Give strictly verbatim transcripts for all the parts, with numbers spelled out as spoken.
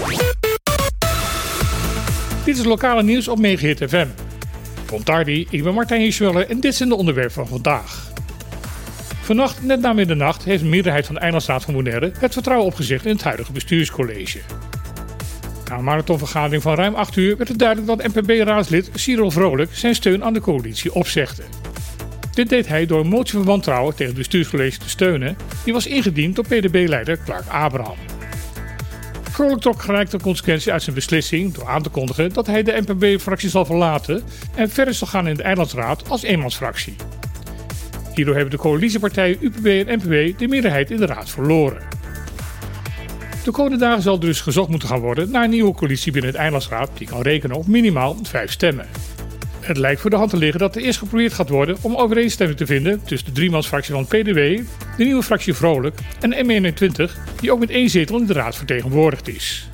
Dit is het lokale nieuws op Megahit F M. Bontardi, ik ben Martijn Hirschweller en dit zijn de onderwerpen van vandaag. Vannacht, net na middernacht, heeft de meerderheid van de Eilandsraad van Bonaire het vertrouwen opgezegd in het huidige bestuurscollege. Na een marathonvergadering van ruim acht uur werd het duidelijk dat N P B-raadslid Cyril Vrolijk zijn steun aan de coalitie opzegde. Dit deed hij door een motie van wantrouwen tegen het bestuurscollege te steunen, die was ingediend door P D B-leider Clark Abraham. Vrolijk trok gelijk de consequentie uit zijn beslissing door aan te kondigen dat hij de N P B-fractie zal verlaten en verder zal gaan in de Eilandsraad als eenmansfractie. Hierdoor hebben de coalitiepartijen U P B en N P B de meerderheid in de raad verloren. De komende dagen zal dus gezocht moeten gaan worden naar een nieuwe coalitie binnen het Eilandsraad die kan rekenen op minimaal vijf stemmen. Het lijkt voor de hand te liggen dat er eerst geprobeerd gaat worden om overeenstemming te vinden tussen de driemansfractie van P D B, de nieuwe fractie Vrolijk en M eenentwintig, die ook met één zetel in de raad vertegenwoordigd is.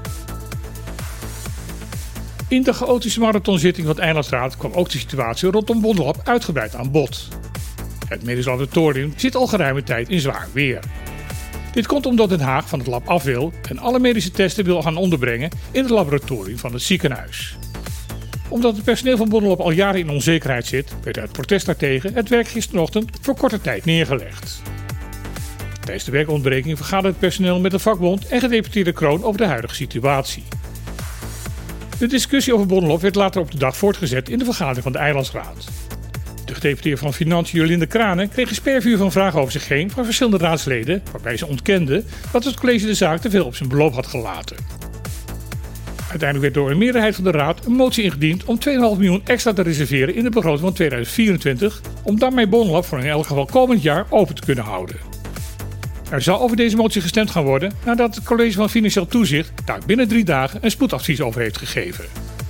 In de chaotische marathonzitting van het Eilandsraad kwam ook de situatie rondom Bondelab uitgebreid aan bod. Het Medisch Laboratorium zit al geruime tijd in zwaar weer. Dit komt omdat Den Haag van het lab af wil en alle medische testen wil gaan onderbrengen in het laboratorium van het ziekenhuis. Omdat het personeel van Bondelab al jaren in onzekerheid zit, werd uit protest daartegen het werk gisterochtend voor korte tijd neergelegd. Tijdens de werkontbreking vergaderde het personeel met de vakbond en gedeputeerde Kroon over de huidige situatie. De discussie over Bondelab werd later op de dag voortgezet in de vergadering van de Eilandsraad. De gedeputeerde van Financiën Jolinde Kranen kreeg een spervuur van vragen over zich heen van verschillende raadsleden, waarbij ze ontkende dat het college de zaak te veel op zijn beloop had gelaten. Uiteindelijk werd door een meerderheid van de raad een motie ingediend om twee komma vijf miljoen extra te reserveren in de begroting van tweeduizend vierentwintig, om daarmee Bondelab voor in elk geval komend jaar open te kunnen houden. Er zal over deze motie gestemd gaan worden nadat het college van Financieel Toezicht daar binnen drie dagen een spoedadvies over heeft gegeven.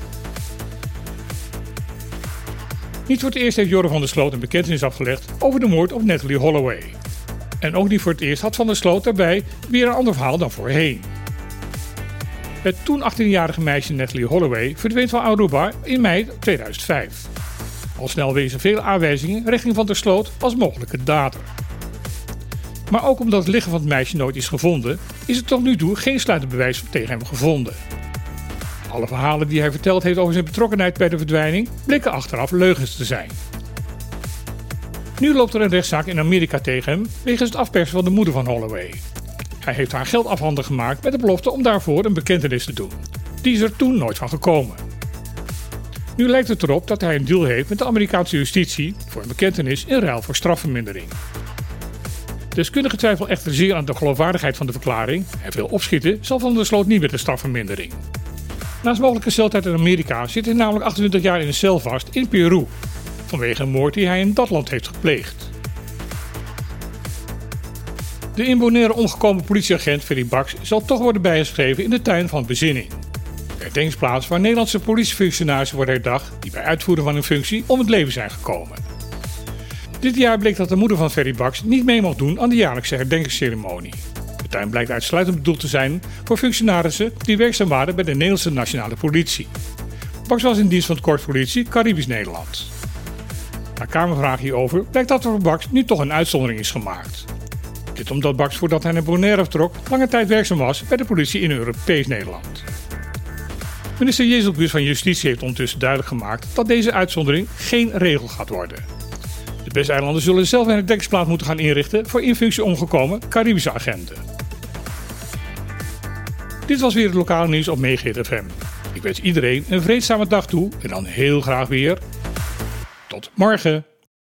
Niet voor het eerst heeft Jorre van der Sloot een bekentenis afgelegd over de moord op Natalie Holloway. En ook niet voor het eerst had Van der Sloot daarbij weer een ander verhaal dan voorheen. Het toen achttienjarige meisje Natalie Holloway verdween van Aruba in mei tweeduizend vijf. Al snel wezen veel aanwijzingen richting Van der Sloot als mogelijke dader. Maar ook omdat het lichaam van het meisje nooit is gevonden, is er tot nu toe geen sluitend bewijs tegen hem gevonden. Alle verhalen die hij verteld heeft over zijn betrokkenheid bij de verdwijning bleken achteraf leugens te zijn. Nu loopt er een rechtszaak in Amerika tegen hem wegens het afpersen van de moeder van Holloway. Hij heeft haar geld afhandig gemaakt met de belofte om daarvoor een bekentenis te doen. Die is er toen nooit van gekomen. Nu lijkt het erop dat hij een deal heeft met de Amerikaanse justitie voor een bekentenis in ruil voor strafvermindering. Deskundigen twijfelen echter zeer aan de geloofwaardigheid van de verklaring en veel opschieten zal Van der Sloot niet met de strafvermindering. Naast mogelijke celtijd in Amerika zit hij namelijk achtentwintig jaar in een cel vast in Peru, vanwege een moord die hij in dat land heeft gepleegd. De in Bonaire omgekomen politieagent Ferry Baks zal toch worden bijgeschreven in de tuin van bezinning. De herdenkingsplaats waar Nederlandse politiefunctionarissen worden herdacht die bij uitvoeren van hun functie om het leven zijn gekomen. Dit jaar bleek dat de moeder van Ferry Baks niet mee mocht doen aan de jaarlijkse herdenkingsceremonie. De tuin blijkt uitsluitend bedoeld te zijn voor functionarissen die werkzaam waren bij de Nederlandse Nationale Politie. Baks was in dienst van het Korps Politie Caribisch Nederland. Na Kamervraag hierover blijkt dat er voor Baks nu toch een uitzondering is gemaakt. Dit omdat Baks voordat hij naar Bonaire vertrok lange tijd werkzaam was bij de politie in Europees Nederland. Minister Jezelbus van Justitie heeft ondertussen duidelijk gemaakt dat deze uitzondering geen regel gaat worden. De Bes-eilanden zullen zelf een herdenkingsplaats moeten gaan inrichten voor in functie omgekomen Caribische agenten. Dit was weer het lokale nieuws op Megahit F M. Ik wens iedereen een vreedzame dag toe en dan heel graag weer tot morgen.